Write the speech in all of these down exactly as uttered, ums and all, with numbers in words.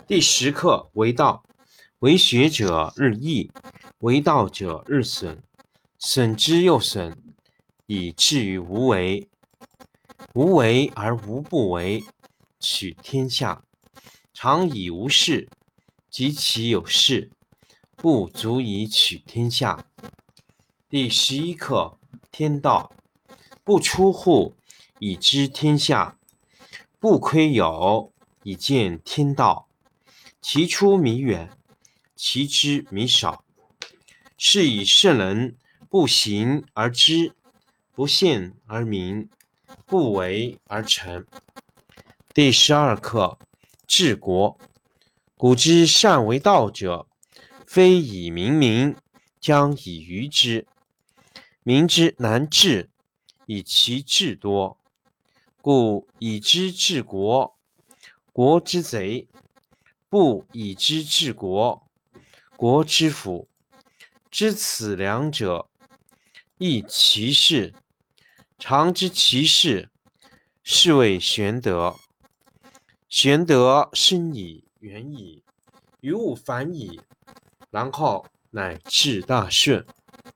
第十课为道，为学者日益，为道者日损，损之又损，以至于无为。无为而无不为，取天下常以无事，及其有事，不足以取天下。第十一课天道，不出户，以知天下；不窥牖，以见天道。其出弥远，其知弥少。是以圣人不行而知，不见而明，不为而成。第十二课治国。古之善为道者，非以明民，将以愚之。民之难治，以其智多。故以知治国，国之贼；不以知治国，国之福。知此两者，亦其事。常知其事，是谓玄德。玄德深矣，远矣，于物反矣，然后乃至大顺。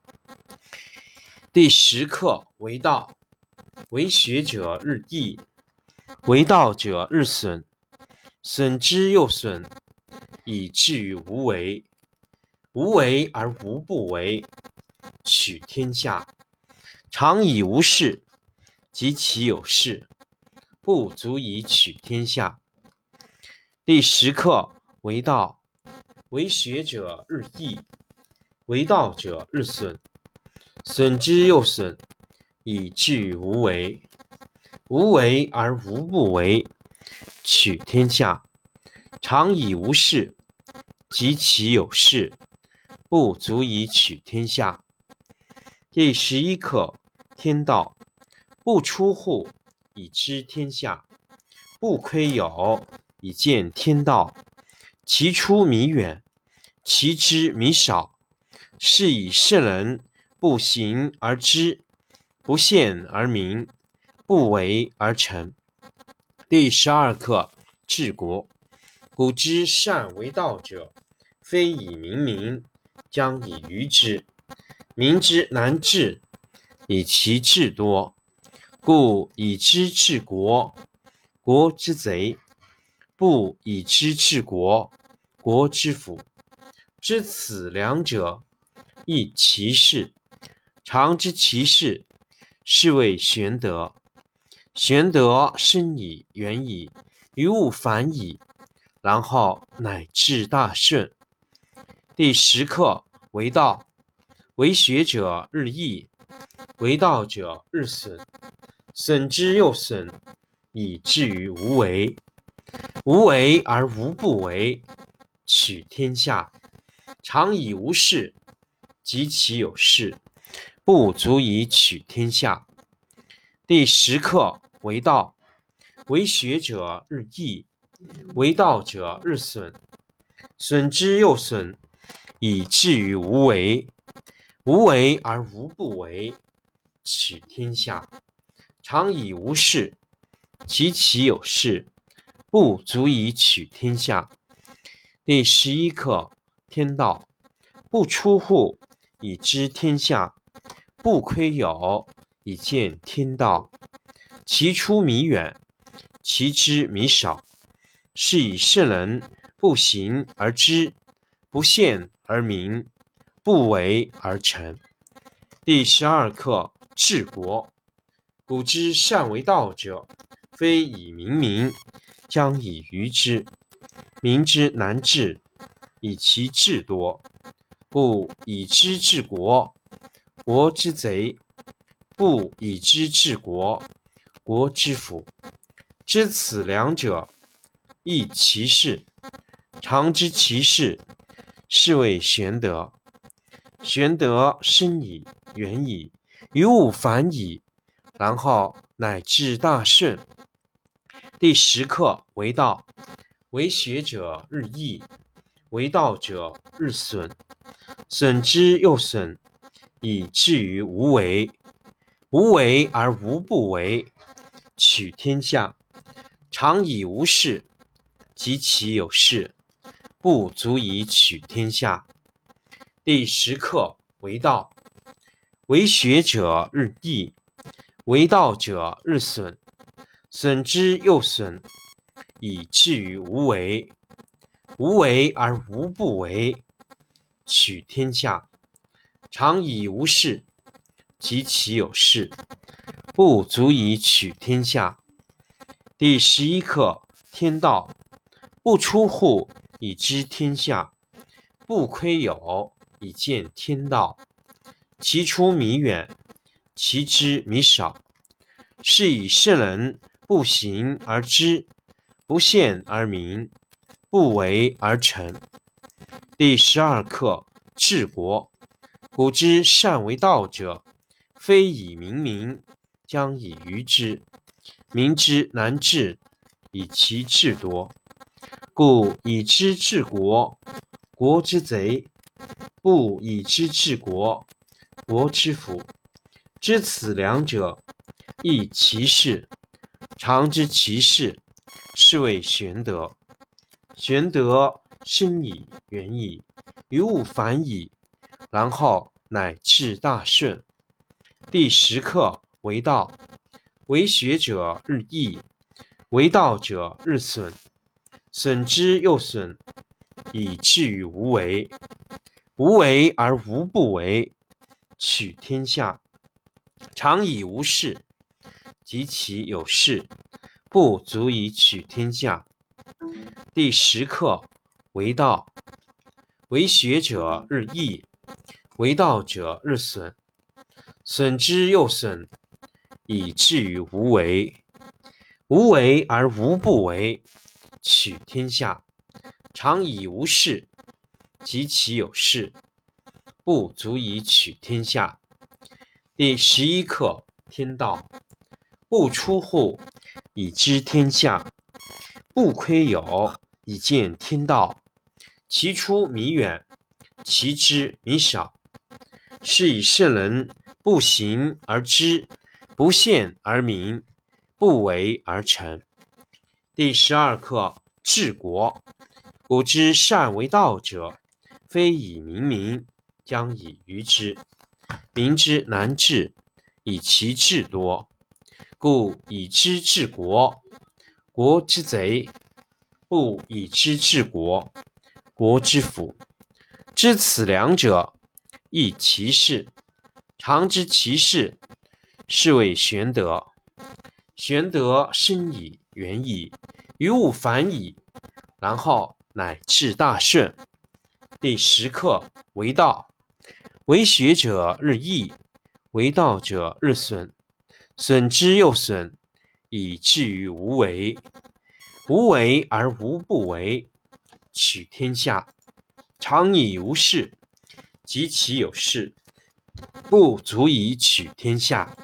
第十课为道，为学者日益，为道者日损，损之又损，以至于无为。无为而无不为，取天下常以无事，及其有事，不足以取天下。第十课为道，为学者日益，为道者日损，损之又损，以至于无为。无为而无不为，取天下常以无事，及其有事，不足以取天下。第十一课天道，不出户，以知天下；不窥牖，以见天道。其出弥远，其知弥少。是以圣人不行而知，不见而明，不为而成。第十二课治国。古之善为道者，非以明民，将以愚之。民之难治，以其智多。故以知治国，国之贼；不以知治国，国之福。知此两者，亦其事。常知其事，是谓玄德。玄德深矣，远矣，于物反矣，然后乃至大顺。第十课为道，为学者日益，为道者日损，损之又损，以至于无为。无为而无不为，取天下常以无事，及其有事，不足以取天下。第十课为道，为学者日益，为道者日损，损之又损，以至于无为。无为而无不为，取天下常以无事，及其有事，不足以取天下。第十一课天道，不出户，以知天下；不窥牖，以见天道。其出弥远，其知弥少。是以圣人不行而知，不见而明，不为而成。第十二课治国。古之善为道者，非以明民，将以愚之。民之难治，以其智多。故以知治国，国之贼；不以知治国，国之福。知此两者，亦其事。常知其事，是谓玄德。玄德深矣，远矣，于物反矣，然后乃至大顺。第十课为道，为学者日益，为道者日损，损之又损，以至于无为。无为而无不为，取天下常以无事，及其有事， 不足以取天下。第十课为道，为学者日益，为道者日损，损之又损，以至于无为。无为而无不为，取天下。常以无事，及其有事，不足以取天下。第十一课天道，不出户以知天下，不窥有以见天道。其出弥远，其知弥少。是以圣人不行而知，不见而明，不为而成。第十二课治国。古之善为道者，非以明民，将以愚之。民之难治，以其智多。故以知治国，国之贼；不以知治国，国之福。知此两者，亦其事。常知其事，是谓玄德。玄德深矣，远矣，于物反矣，然后乃至大顺。第十课为道，为学者日益，为道者日损，损之又损，以至于无为。无为而无不为，取天下。常以无事，及其有事，不足以取天下。第十课为道，为学者日益，为道者日损，损之又损，以至于无为。无为而无不为，取天下。常以无事，及其有事，不足以取天下。第十一课天道，不出户以知天下，不窥有以见天道。其出弥远，其知弥少。是以圣人不行而知，不见而明，不为而成。第十二课治国。古之善为道者，非以明民，将以愚之。民之难治，以其智多。故以知治国，国之贼；不以知治国，国之福。知此两者，亦其事。常知其事，是谓玄德。玄德深矣，远矣，于物反矣，然后乃至大顺。第十课为道，为学者日益，为道者日损，损之又损，以至于无为。无为而无不为，取天下。常以无事，及其有事，不足以取天下。